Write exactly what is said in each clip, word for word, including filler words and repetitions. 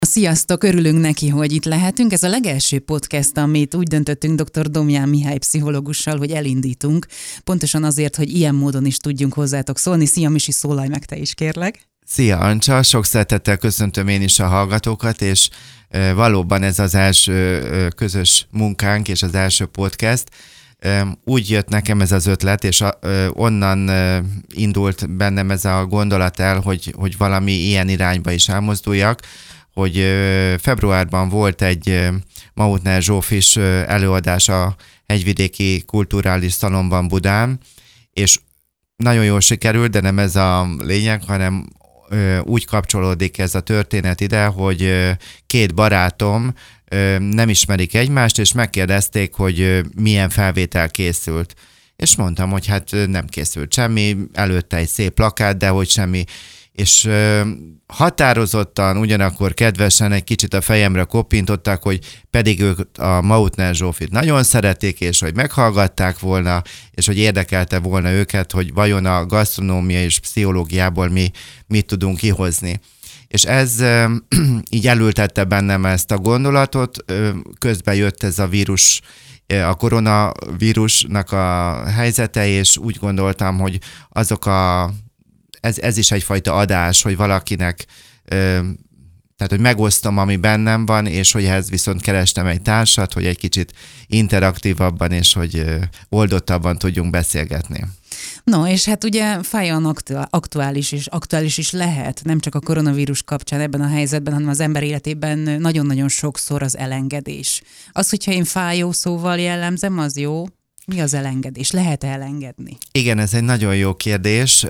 Sziasztok, örülünk neki, hogy itt lehetünk. Ez a legelső podcast, amit úgy döntöttünk dr. Domján Mihály pszichológussal, hogy elindítunk. Pontosan azért, hogy ilyen módon is tudjunk hozzátok szólni. Szia Misi, szólalj meg te is, kérlek. Szia Ancsa, sok szeretettel köszöntöm én is a hallgatókat, és valóban ez az első közös munkánk és az első podcast. Úgy jött nekem ez az ötlet, és onnan indult bennem ez a gondolat el, hogy, hogy valami ilyen irányba is elmozduljak, hogy februárban volt egy Mautner Zsófis előadás a Hegyvidéki Kulturális Szalonban Budán, és nagyon jól sikerült, de nem ez a lényeg, hanem úgy kapcsolódik ez a történet ide, hogy két barátom nem ismerik egymást, és megkérdezték, hogy milyen felvétel készült. És mondtam, hogy hát nem készült semmi, előtte egy szép plakát, de hogy semmi. És határozottan, ugyanakkor kedvesen egy kicsit a fejemre koppintották, hogy pedig ők a Mautner Zsófit nagyon szeretik, és hogy meghallgatták volna, és hogy érdekelte volna őket, hogy vajon a gasztronómia és pszichológiából mi mit tudunk kihozni. És ez így elültette bennem ezt a gondolatot, közben jött ez a vírus, a koronavírusnak a helyzete, és úgy gondoltam, hogy azok a Ez, ez is egyfajta adás, hogy valakinek, tehát hogy megosztom, ami bennem van, és hogy ehhez viszont kerestem egy társat, hogy egy kicsit interaktívabban és hogy oldottabban tudjunk beszélgetni. No, és hát ugye fájóan aktuális és aktuális is lehet, nem csak a koronavírus kapcsán ebben a helyzetben, hanem az ember életében nagyon-nagyon sokszor az elengedés. Az, hogyha én fájó szóval jellemzem, az jó. Mi az elengedés? Lehet elengedni? Igen, ez egy nagyon jó kérdés.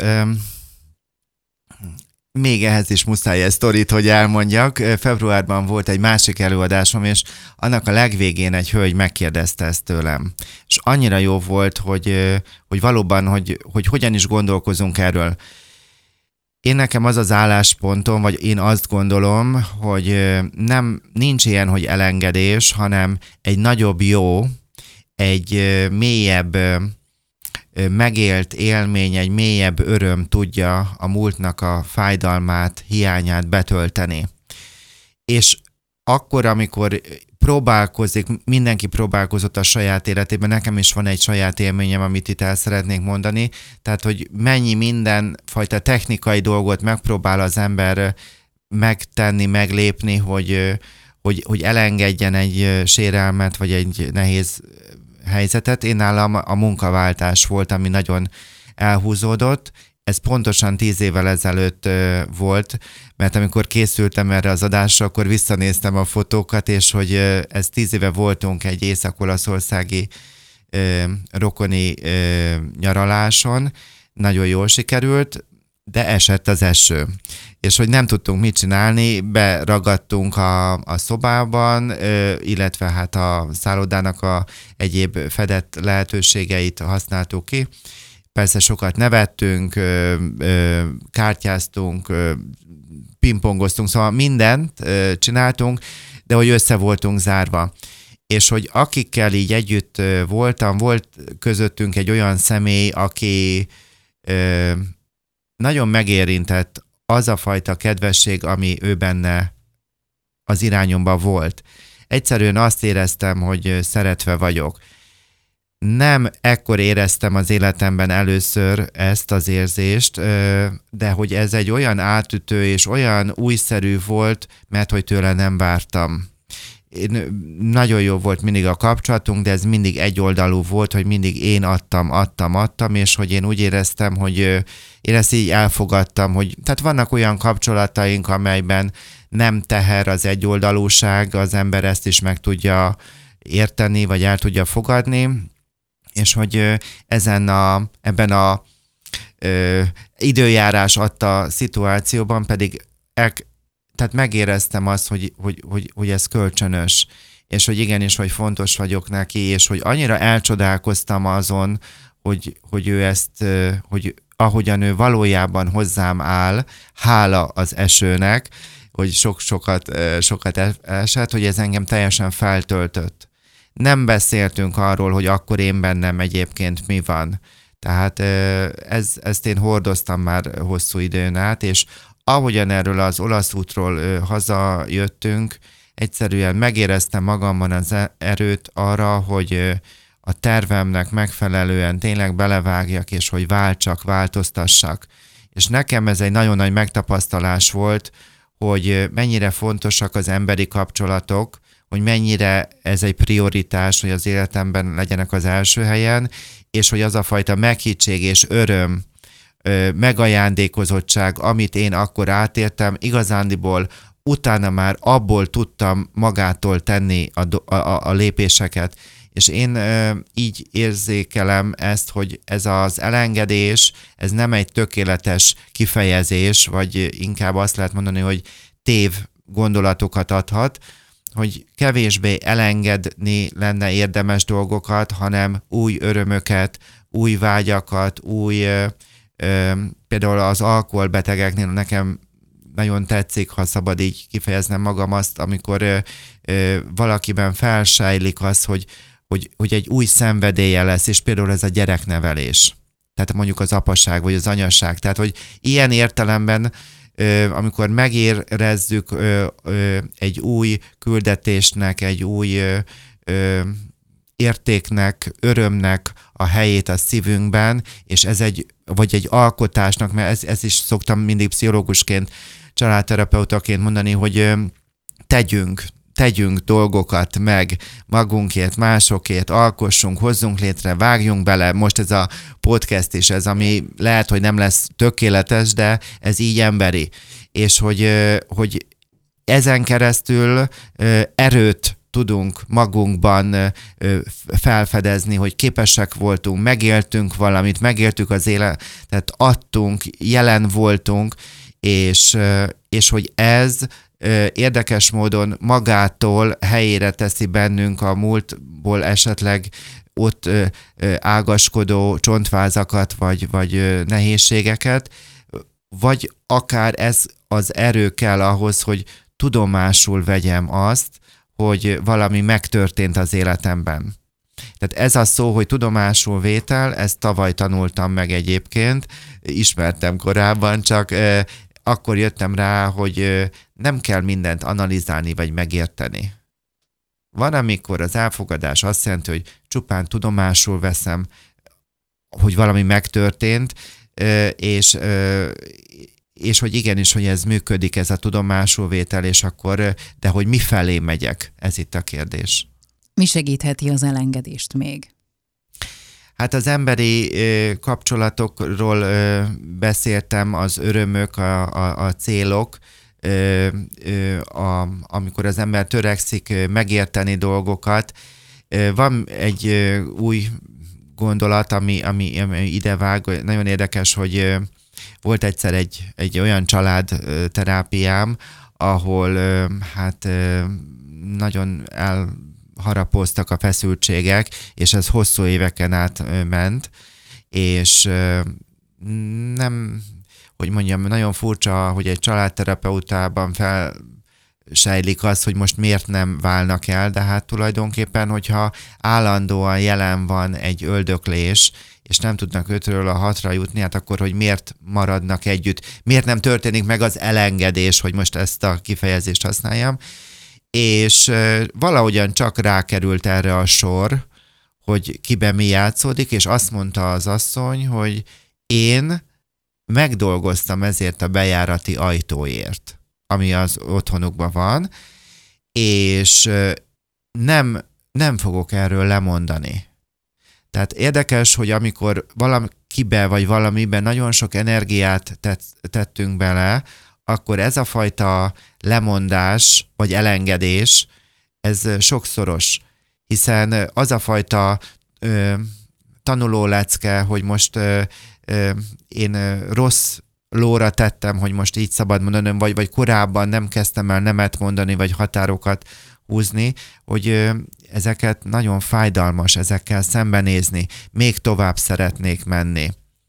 Még ehhez is muszáj egy sztorit, hogy elmondjak. Februárban volt egy másik előadásom, és annak a legvégén egy hölgy megkérdezte ezt tőlem. És annyira jó volt, hogy, hogy valóban, hogy, hogy hogyan is gondolkozunk erről. Én nekem az az álláspontom, vagy én azt gondolom, hogy nem, nincs ilyen, hogy elengedés, hanem egy nagyobb jó, egy mélyebb megélt élmény, egy mélyebb öröm tudja a múltnak a fájdalmát, hiányát betölteni. És akkor, amikor próbálkozik, mindenki próbálkozott a saját életében, nekem is van egy saját élményem, amit itt el szeretnék mondani, tehát, hogy mennyi mindenfajta technikai dolgot megpróbál az ember megtenni, meglépni, hogy, hogy, hogy elengedjen egy sérelmet, vagy egy nehéz helyzetet. Én nálam a munkaváltás volt, ami nagyon elhúzódott. Ez pontosan tíz évvel ezelőtt volt, mert amikor készültem erre az adásra, akkor visszanéztem a fotókat, és hogy ez tíz éve voltunk egy észak-olaszországi rokoni nyaraláson, nagyon jól sikerült, de esett az eső. És hogy nem tudtunk mit csinálni, beragadtunk a, a szobában, illetve hát a szállodának a egyéb fedett lehetőségeit használtuk ki. Persze sokat nevettünk, kártyáztunk, pingpongoztunk, szóval mindent csináltunk, de hogy össze voltunk zárva. És hogy akikkel így együtt voltam, volt közöttünk egy olyan személy, aki nagyon megérintett az a fajta kedvesség, ami ő benne az irányomban volt. Egyszerűen azt éreztem, hogy szeretve vagyok. Nem ekkor éreztem az életemben először ezt az érzést, de hogy ez egy olyan átütő és olyan újszerű volt, mert hogy tőle nem vártam. Nagyon jó volt mindig a kapcsolatunk, de ez mindig egyoldalú volt, hogy mindig én adtam, adtam, adtam, és hogy én úgy éreztem, hogy én ezt így elfogadtam, hogy tehát vannak olyan kapcsolataink, amelyben nem teher az egyoldalúság, az ember ezt is meg tudja érteni, vagy el tudja fogadni, és hogy ezen a, ebben a ö, időjárás adta szituációban pedig el, tehát megéreztem azt, hogy, hogy, hogy, hogy ez kölcsönös, és hogy igenis, hogy fontos vagyok neki, és hogy annyira elcsodálkoztam azon, hogy, hogy ő ezt, hogy ahogyan ő valójában hozzám áll, hála az esőnek, hogy sok-sokat sokat esett, hogy ez engem teljesen feltöltött. Nem beszéltünk arról, hogy akkor én bennem egyébként mi van. Tehát ez, ezt én hordoztam már hosszú időn át, és ahogyan erről az olasz útról ö, hazajöttünk, egyszerűen megéreztem magamban az erőt arra, hogy ö, a tervemnek megfelelően tényleg belevágjak, és hogy váltsak, változtassak. És nekem ez egy nagyon nagy megtapasztalás volt, hogy mennyire fontosak az emberi kapcsolatok, hogy mennyire ez egy prioritás, hogy az életemben legyenek az első helyen, és hogy az a fajta meghittség és öröm, megajándékozottság, amit én akkor átértem, igazándiból utána már abból tudtam magától tenni a, a, a lépéseket. És én ö, így érzékelem ezt, hogy ez az elengedés, ez nem egy tökéletes kifejezés, vagy inkább azt lehet mondani, hogy tév gondolatokat adhat, hogy kevésbé elengedni lenne érdemes dolgokat, hanem új örömöket, új vágyakat, új, ö, ö, például az alkoholbetegeknél nekem nagyon tetszik, ha szabad így kifejeznem magam azt, amikor ö, ö, valakiben felsejlik az, hogy Hogy, hogy egy új szenvedélye lesz, és például ez a gyereknevelés. Tehát mondjuk az apaság, vagy az anyaság. Tehát, hogy ilyen értelemben, amikor megérezzük egy új küldetésnek, egy új értéknek, örömnek a helyét a szívünkben, és ez egy, vagy egy alkotásnak, mert ez, ez is szoktam mindig pszichológusként, családterapeutaként mondani, hogy tegyünk, tegyünk dolgokat meg magunkért, másokért, alkossunk, hozzunk létre, vágjunk bele. Most ez a podcast is, ez ami lehet, hogy nem lesz tökéletes, de ez így emberi. És hogy, hogy ezen keresztül erőt tudunk magunkban felfedezni, hogy képesek voltunk, megéltünk valamit, megéltük az életet, adtunk, jelen voltunk, és, és hogy ez érdekes módon magától helyére teszi bennünk a múltból esetleg ott ágaskodó csontvázakat, vagy, vagy nehézségeket, vagy akár ez az erő kell ahhoz, hogy tudomásul vegyem azt, hogy valami megtörtént az életemben. Tehát ez a szó, hogy tudomásul vétel, ezt tavaly tanultam meg egyébként, ismertem korábban, csak akkor jöttem rá, hogy nem kell mindent analizálni vagy megérteni. Van, amikor az elfogadás azt jelenti, hogy csupán tudomásul veszem, hogy valami megtörtént, és, és hogy igenis, hogy ez működik, ez a tudomásul vétel, és akkor, de hogy mifelé megyek, ez itt a kérdés. Mi segítheti az elengedést még? Hát az emberi ö, kapcsolatokról ö, beszéltem, az örömök, a, a, a célok, ö, ö, a, amikor az ember törekszik ö, megérteni dolgokat. Ö, van egy ö, új gondolat, ami, ami, ami idevág, nagyon érdekes, hogy ö, volt egyszer egy, egy olyan családterápiám, ahol ö, hát ö, nagyon el harapoztak a feszültségek, és ez hosszú éveken át ment, és nem, hogy mondjam, nagyon furcsa, hogy egy családterapeutában felsejlik az, hogy most miért nem válnak el, de hát tulajdonképpen, hogyha állandóan jelen van egy öldöklés, és nem tudnak ötről a hatra jutni, hát akkor, hogy miért maradnak együtt, miért nem történik meg az elengedés, hogy most ezt a kifejezést használjam, és valahogyan csak rákerült erre a sor, hogy kiben mi játszódik, és azt mondta az asszony, hogy én megdolgoztam ezért a bejárati ajtóért, ami az otthonukban van, és nem, nem fogok erről lemondani. Tehát érdekes, hogy amikor valakibe vagy valamiben nagyon sok energiát tett, tettünk bele, akkor ez a fajta lemondás vagy elengedés, ez sokszoros, hiszen az a fajta ö, tanulólecke, hogy most ö, ö, én ö, rossz lóra tettem, hogy most így szabad mondanom, vagy, vagy korábban nem kezdtem el nemet mondani, vagy határokat húzni, hogy ö, ezeket nagyon fájdalmas, ezekkel szembenézni, még tovább szeretnék menni.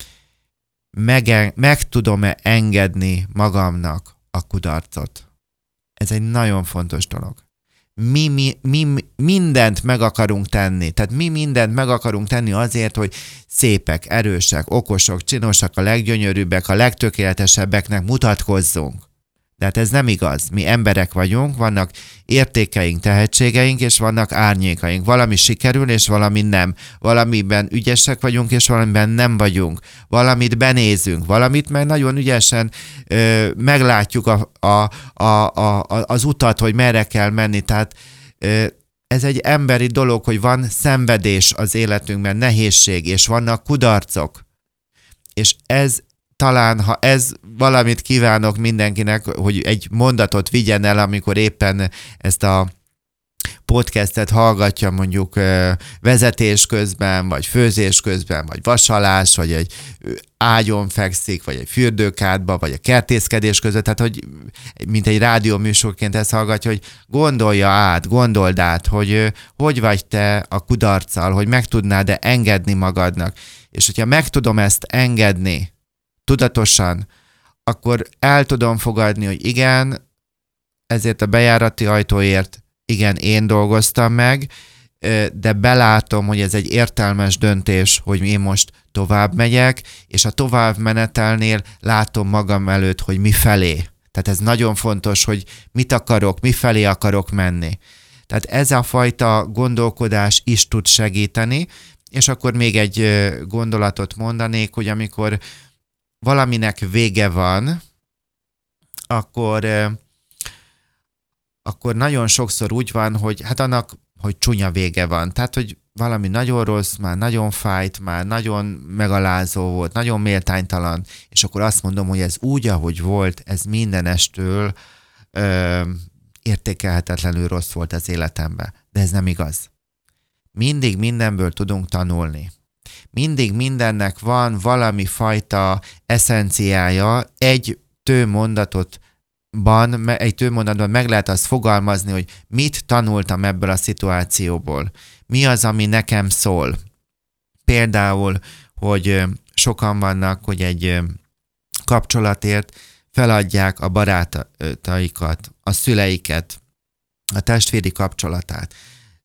Meg, meg tudom-e engedni magamnak a kudarcot? Ez egy nagyon fontos dolog. mi, mi, mi mindent meg akarunk tenni. Tehát mi mindent meg akarunk tenni azért, hogy szépek, erősek, okosok, csinosak, a leggyönyörűbbek, a legtökéletesebbeknek mutatkozzunk. De hát ez nem igaz. Mi emberek vagyunk, vannak értékeink, tehetségeink, és vannak árnyékaink. Valami sikerül, és valami nem. Valamiben ügyesek vagyunk, és valamiben nem vagyunk. Valamit benézünk, valamit meg nagyon ügyesen ö, meglátjuk a, a, a, a, az utat, hogy merre kell menni. Tehát ö, ez egy emberi dolog, hogy van szenvedés az életünkben, nehézség, és vannak kudarcok. És ez talán, ha ez valamit kívánok mindenkinek, hogy egy mondatot vigyen el, amikor éppen ezt a podcastet hallgatja mondjuk vezetés közben, vagy főzés közben, vagy vasalás, vagy egy ágyon fekszik, vagy egy fürdőkádba, vagy a kertészkedés között, tehát hogy mint egy rádióműsorként ezt hallgatja, hogy gondolja át, gondold át, hogy hogy vagy te a kudarccal, hogy meg tudnád-e engedni magadnak. És hogyha meg tudom ezt engedni, tudatosan, akkor el tudom fogadni, hogy igen, ezért a bejárati ajtóért, igen, én dolgoztam meg, de belátom, hogy ez egy értelmes döntés, hogy én most tovább megyek, és a tovább menetelnél látom magam előtt, hogy mi felé. Tehát ez nagyon fontos, hogy mit akarok, mi felé akarok menni. Tehát ez a fajta gondolkodás is tud segíteni, és akkor még egy gondolatot mondanék, hogy amikor valaminek vége van, akkor, akkor nagyon sokszor úgy van, hogy hát annak, hogy csúnya vége van. Tehát, hogy valami nagyon rossz, már nagyon fájt, már nagyon megalázó volt, nagyon méltánytalan, és akkor azt mondom, hogy ez úgy, ahogy volt, ez mindenestől ö, értékelhetetlenül rossz volt az életemben. De ez nem igaz. Mindig mindenből tudunk tanulni. Mindig mindennek van valami fajta eszenciája, egy tőmondatotban, egy tőmondatban meg lehet azt fogalmazni, hogy mit tanultam ebből a szituációból. Mi az, ami nekem szól. Például, hogy sokan vannak, hogy egy kapcsolatért feladják a barátaikat, a szüleiket, a testvéri kapcsolatát.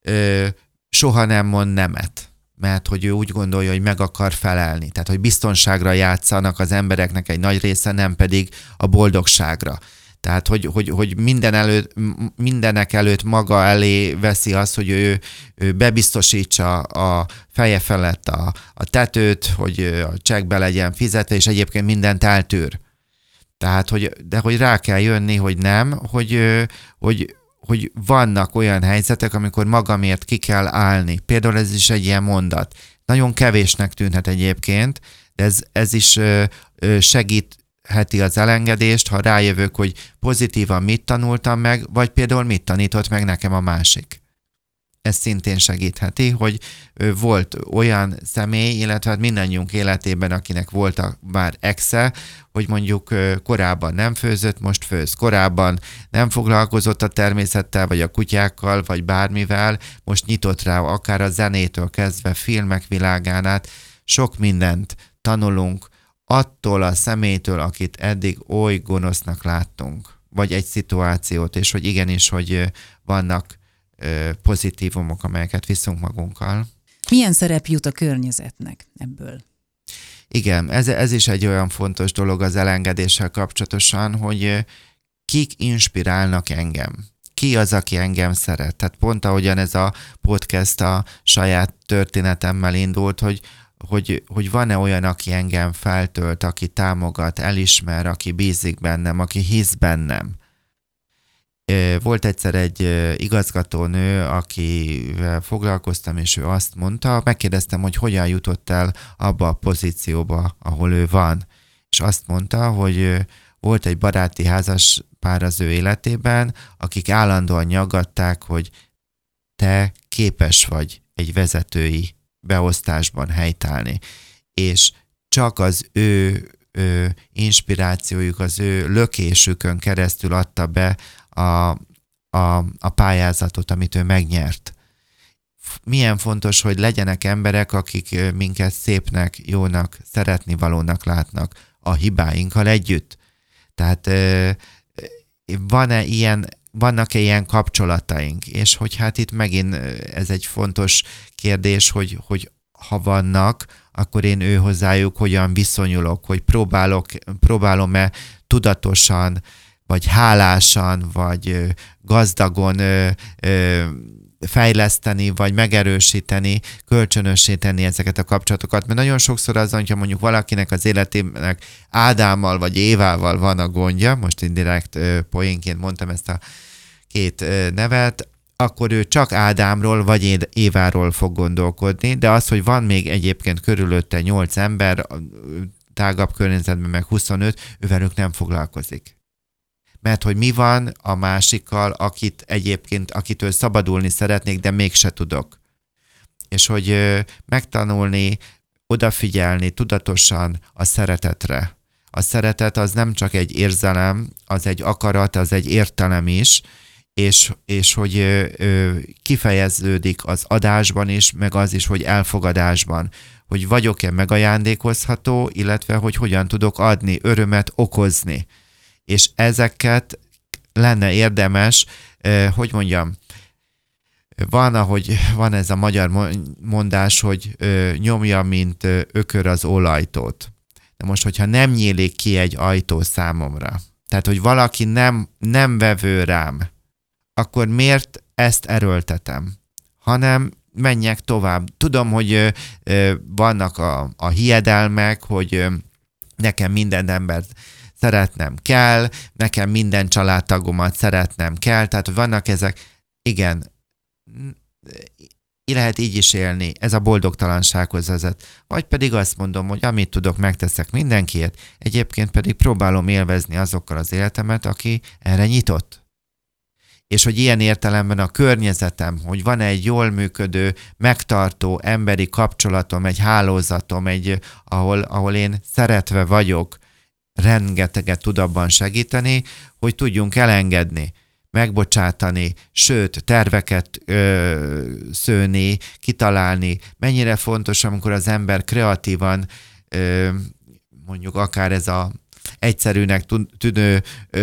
Soha nem mond nemet, mert hogy ő úgy gondolja, hogy meg akar felelni. Tehát, hogy biztonságra játszanak az embereknek egy nagy része, nem pedig a boldogságra. Tehát, hogy, hogy, hogy minden előtt, mindenek előtt maga elé veszi azt, hogy ő, ő bebiztosítsa a feje felett a, a tetőt, hogy a csekkbe legyen fizetve, és egyébként mindent eltűr. Tehát, hogy, de hogy rá kell jönni, hogy nem, hogy, hogy hogy vannak olyan helyzetek, amikor magamért ki kell állni. Például ez is egy ilyen mondat. Nagyon kevésnek tűnhet egyébként, de ez, ez is segítheti az elengedést, ha rájövök, hogy pozitívan mit tanultam meg, vagy például mit tanított meg nekem a másik. Ez szintén segítheti, hogy volt olyan személy, illetve hát mindannyiunk életében, akinek volt már exe, hogy mondjuk korábban nem főzött, most főz. Korábban nem foglalkozott a természettel, vagy a kutyákkal, vagy bármivel, most nyitott rá akár a zenétől kezdve filmek világán át. Sok mindent tanulunk attól a személytől, akit eddig oly gonosznak láttunk, vagy egy szituációt, és hogy igenis, hogy vannak pozitívumok, amelyeket viszünk magunkkal. Milyen szerep jut a környezetnek ebből? Igen, ez, ez is egy olyan fontos dolog az elengedéssel kapcsolatosan, hogy kik inspirálnak engem. Ki az, aki engem szeret? Tehát pont ahogyan ez a podcast a saját történetemmel indult, hogy, hogy, hogy van-e olyan, aki engem feltölt, aki támogat, elismer, aki bízik bennem, aki hisz bennem. Volt egyszer egy igazgatónő, akivel foglalkoztam, és ő azt mondta, megkérdeztem, hogy hogyan jutott el abba a pozícióba, ahol ő van. És azt mondta, hogy volt egy baráti házas pár az ő életében, akik állandóan nyaggatták, hogy te képes vagy egy vezetői beosztásban helytállni. És csak az ő, ő inspirációjuk, az ő lökésükön keresztül adta be A, a, a pályázatot, amit ő megnyert. Milyen fontos, hogy legyenek emberek, akik minket szépnek, jónak, szeretnivalónak látnak a hibáinkkal együtt. Tehát van-e ilyen vannak-e ilyen kapcsolataink, és hogy hát itt megint ez egy fontos kérdés, hogy, hogy ha vannak, akkor én ő hozzájuk hogyan viszonyulok, hogy próbálok, próbálom-e tudatosan, vagy hálásan, vagy gazdagon ö, ö, fejleszteni, vagy megerősíteni, kölcsönössé tenni ezeket a kapcsolatokat. Mert nagyon sokszor az, hogyha mondjuk valakinek az életének Ádámmal vagy Évával van a gondja, most indirekt ö, poénként mondtam ezt a két ö, nevet, akkor ő csak Ádámról vagy Éváról fog gondolkodni, de az, hogy van még egyébként körülötte nyolc ember, tágabb környezetben meg huszonöt, ővelük nem foglalkozik. Mert hogy mi van a másikkal, akit egyébként, akitől szabadulni szeretnék, de mégse tudok. És hogy ö, megtanulni, odafigyelni tudatosan a szeretetre. A szeretet az nem csak egy érzelem, az egy akarat, az egy értelem is, és, és hogy ö, ö, kifejeződik az adásban is, meg az is, hogy elfogadásban. Hogy vagyok-e megajándékozható, illetve hogy hogyan tudok adni, örömet okozni. És ezeket lenne érdemes, eh, hogy mondjam, van, ahogy van ez a magyar mondás, hogy eh, nyomja, mint eh, ökör az olajtót. De most, hogyha nem nyílik ki egy ajtó számomra, tehát, hogy valaki nem, nem vevő rám, akkor miért ezt erőltetem? Hanem menjek tovább. Tudom, hogy ö, ö, vannak a, a hiedelmek, hogy ö, nekem minden embert szeretnem kell, nekem minden családtagomat szeretnem kell, tehát vannak ezek, igen, lehet így is élni, ez a boldogtalansághoz vezet. Vagy pedig azt mondom, hogy amit tudok, megteszek mindenkiért, egyébként pedig próbálom élvezni azokkal az életemet, aki erre nyitott. És hogy ilyen értelemben a környezetem, hogy van egy jól működő, megtartó emberi kapcsolatom, egy hálózatom, egy, ahol, ahol én szeretve vagyok, rengeteget tud abban segíteni, hogy tudjunk elengedni, megbocsátani, sőt, terveket ö, szőni, kitalálni. Mennyire fontos, amikor az ember kreatívan, ö, mondjuk akár ez a egyszerűnek tűnő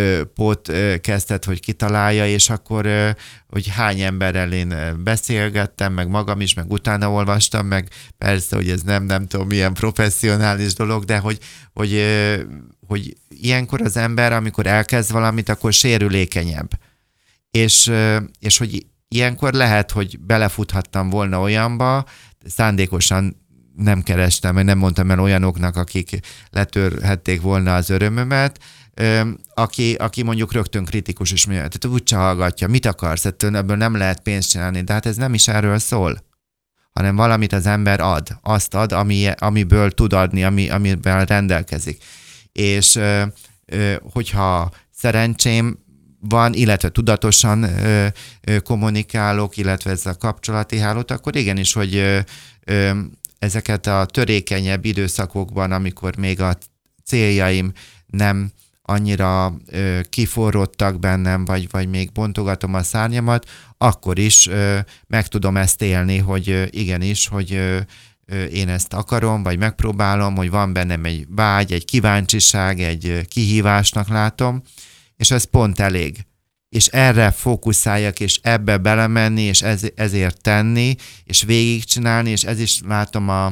podcastet, hogy kitalálja, és akkor, ö, hogy hány emberrel én beszélgettem, meg magam is, meg utána olvastam, meg persze, hogy ez nem, nem tudom, milyen professzionális dolog, de hogy, hogy, ö, hogy ilyenkor az ember, amikor elkezd valamit, akkor sérülékenyebb. És, ö, és hogy ilyenkor lehet, hogy belefuthattam volna olyanba, szándékosan nem kerestem, nem mondtam el olyanoknak, akik letörhették volna az örömömet, aki, aki mondjuk rögtön kritikus is mondja, tehát úgyse hallgatja, mit akarsz, ettől ebből nem lehet pénzt csinálni, de hát ez nem is erről szól, hanem valamit az ember ad, azt ad, ami, amiből tud adni, ami, amivel rendelkezik. És hogyha szerencsém van, illetve tudatosan ö, ö, kommunikálok, illetve ez a kapcsolati hálót, akkor igenis, hogy ö, ö, ezeket a törékenyebb időszakokban, amikor még a céljaim nem annyira ö, kiforrottak bennem, vagy, vagy még bontogatom a szárnyamat, akkor is ö, meg tudom ezt élni, hogy ö, igenis, hogy ö, ö, én ezt akarom, vagy megpróbálom, hogy van bennem egy vágy, egy kíváncsiság, egy ö, kihívásnak látom, és ez pont elég. És erre fókuszáljak, és ebbe belemenni, és ez, ezért tenni, és végigcsinálni, és ez is látom a,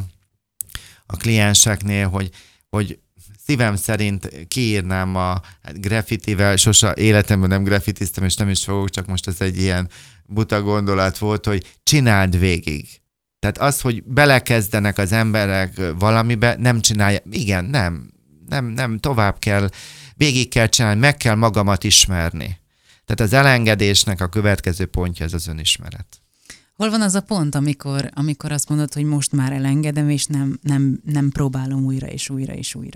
a klienseknél, hogy, hogy szívem szerint kiírnám a graffitivel, sose életemben nem graffitiztem, és nem is fogok, csak most ez egy ilyen buta gondolat volt, hogy csináld végig. Tehát az, hogy belekezdenek az emberek valamibe, nem csinálja, igen, nem, nem, nem, tovább kell, végig kell csinálni, meg kell magamat ismerni. Tehát az elengedésnek a következő pontja ez az önismeret. Hol van az a pont, amikor, amikor azt mondod, hogy most már elengedem, és nem, nem, nem próbálom újra és újra és újra?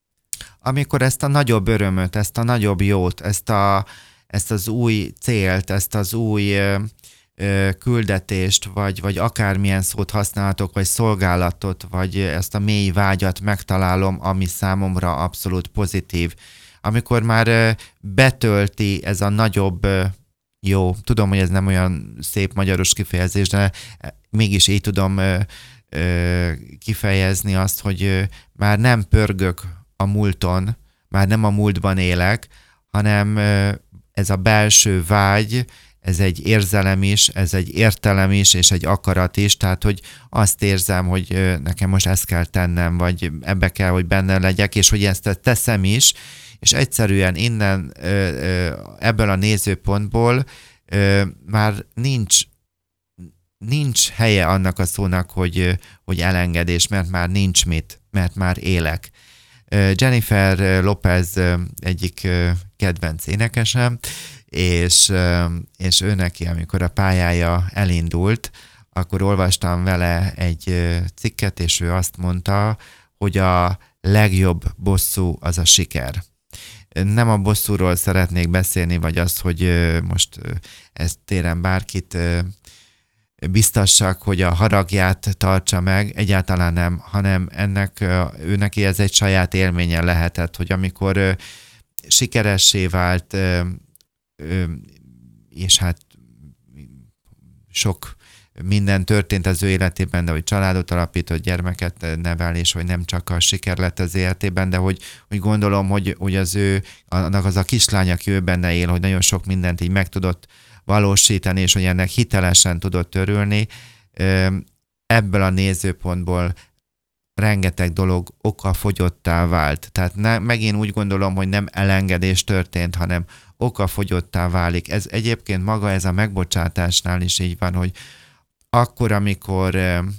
Amikor ezt a nagyobb örömöt, ezt a nagyobb jót, ezt, a, ezt az új célt, ezt az új ö, ö, küldetést, vagy, vagy akármilyen szót használhatok, vagy szolgálatot, vagy ezt a mély vágyat megtalálom, ami számomra abszolút pozitív. Amikor már betölti ez a nagyobb jó, tudom, hogy ez nem olyan szép magyaros kifejezés, de mégis így tudom kifejezni azt, hogy már nem pörgök a múlton, már nem a múltban élek, hanem ez a belső vágy, ez egy érzelem is, ez egy értelem is, és egy akarat is, tehát, hogy azt érzem, hogy nekem most ezt kell tennem, vagy ebbe kell, hogy benne legyek, és hogy ezt teszem is, és egyszerűen innen, ebből a nézőpontból már nincs, nincs helye annak a szónak, hogy, hogy elengedés, mert már nincs mit, mert már élek. Jennifer Lopez egyik kedvenc énekesem, és, és ő neki, amikor a pályája elindult, akkor olvastam vele egy cikket, és ő azt mondta, hogy a legjobb bosszú az a siker. Nem a bosszúról szeretnék beszélni, vagy az, hogy most ezt téren bárkit biztassak, hogy a haragját tartsa meg, egyáltalán nem, hanem ennek, ő neki ez egy saját élménye lehetett, hogy amikor sikeressé vált, és hát sok minden történt az ő életében, de hogy családot alapított, gyermeket nevel, és hogy nem csak a siker lett az életében, de hogy, hogy gondolom, hogy, hogy az ő, annak az a kislány, aki ő benne él, hogy nagyon sok mindent így meg tudott valósítani, és hogy ennek hitelesen tudott örülni. Ebből a nézőpontból rengeteg dolog okafogyottá vált. Tehát ne, megint úgy gondolom, hogy nem elengedés történt, hanem okafogyottá válik. Ez egyébként maga ez a megbocsátásnál is így van, hogy akkor, amikor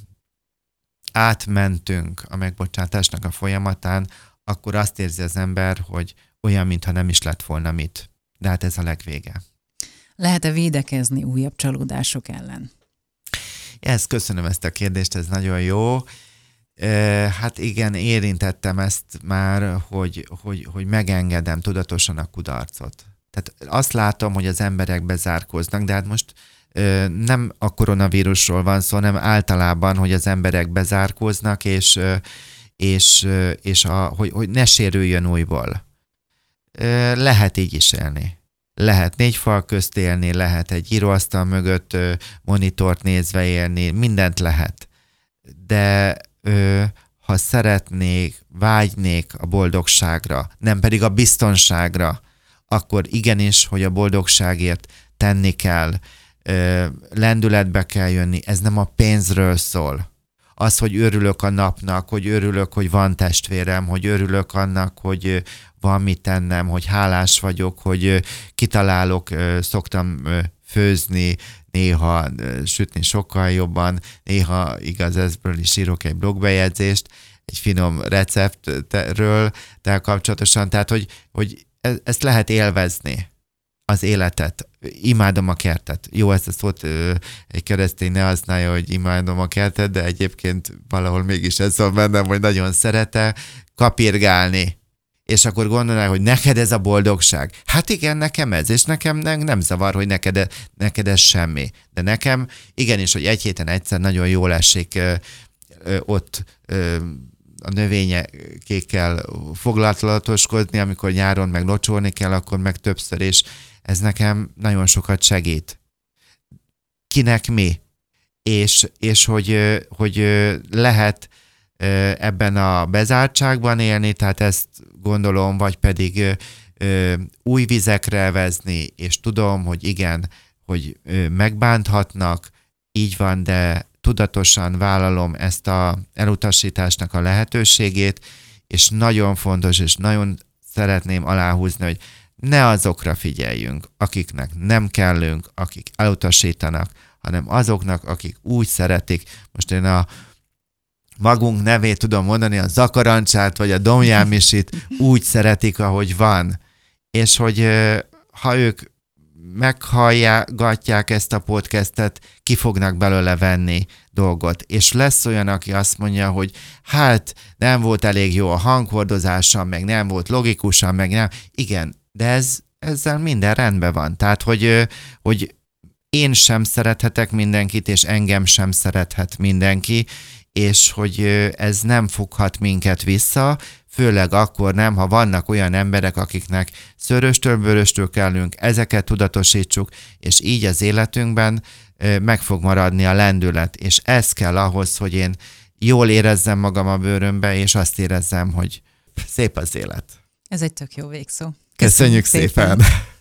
átmentünk a megbocsátásnak a folyamatán, akkor azt érzi az ember, hogy olyan, mintha nem is lett volna mit. De hát ez a legvége. Lehet-e védekezni újabb csalódások ellen? Ezt köszönöm, ezt a kérdést, ez nagyon jó. Hát igen, érintettem ezt már, hogy, hogy, hogy megengedem tudatosan a kudarcot. Tehát azt látom, hogy az emberek bezárkóznak, de hát most nem a koronavírusról van szó, hanem általában, hogy az emberek bezárkóznak, és, és, és a, hogy, hogy ne sérüljön újból. Lehet így is élni. Lehet négy fal közt élni, lehet egy íróasztal mögött monitort nézve élni, mindent lehet. De ha szeretnék, vágynék a boldogságra, nem pedig a biztonságra, akkor igenis, hogy a boldogságért tenni kell, lendületbe kell jönni, ez nem a pénzről szól. Az, hogy örülök a napnak, hogy örülök, hogy van testvérem, hogy örülök annak, hogy van mit tennem, hogy hálás vagyok, hogy kitalálok, szoktam főzni, néha sütni sokkal jobban, néha igaz, ezből is írok egy blogbejegyzést, egy finom receptről kapcsolatosan, tehát hogy, hogy ezt lehet élvezni, az életet. Imádom a kertet. Jó, ezt a szót egy keresztény ne használja, hogy imádom a kertet, de egyébként valahol mégis ez van bennem, hogy nagyon szerete kapirgálni. És akkor gondolnál, hogy neked ez a boldogság. Hát igen, nekem ez, és nekem nem, nem zavar, hogy neked, neked ez semmi. De nekem igenis, hogy egy héten egyszer nagyon jól esik ö, ö, ott ö, a növényekkel foglalatoskodni, amikor nyáron meg locsolni kell, akkor meg többször, és ez nekem nagyon sokat segít. Kinek mi? És, és hogy, hogy lehet ebben a bezártságban élni, tehát ezt gondolom, vagy pedig új vizekre vezni, és tudom, hogy igen, hogy megbánthatnak, így van, de tudatosan vállalom ezt a elutasításnak a lehetőségét, és nagyon fontos, és nagyon szeretném aláhúzni, hogy ne azokra figyeljünk, akiknek nem kellünk, akik elutasítanak, hanem azoknak, akik úgy szeretik. Most én a magunk nevét tudom mondani, a zakarancsát, vagy a domjámisit úgy szeretik, ahogy van. És hogy ha ők meghallgatják ezt a podcastet, ki fognak belőle venni dolgot. És lesz olyan, aki azt mondja, hogy hát nem volt elég jó a hanghordozása, meg nem volt logikusan, meg nem. Igen, de ez, ezzel minden rendben van. Tehát, hogy, hogy én sem szerethetek mindenkit, és engem sem szerethet mindenki, és hogy ez nem foghat minket vissza, főleg akkor nem, ha vannak olyan emberek, akiknek szöröstől, bőröstől kellünk, ezeket tudatosítsuk, és így az életünkben meg fog maradni a lendület, és ez kell ahhoz, hogy én jól érezzem magam a bőrömbe, és azt érezzem, hogy szép az élet. Ez egy tök jó végszó. Köszönjük, Köszönjük szépen! szépen.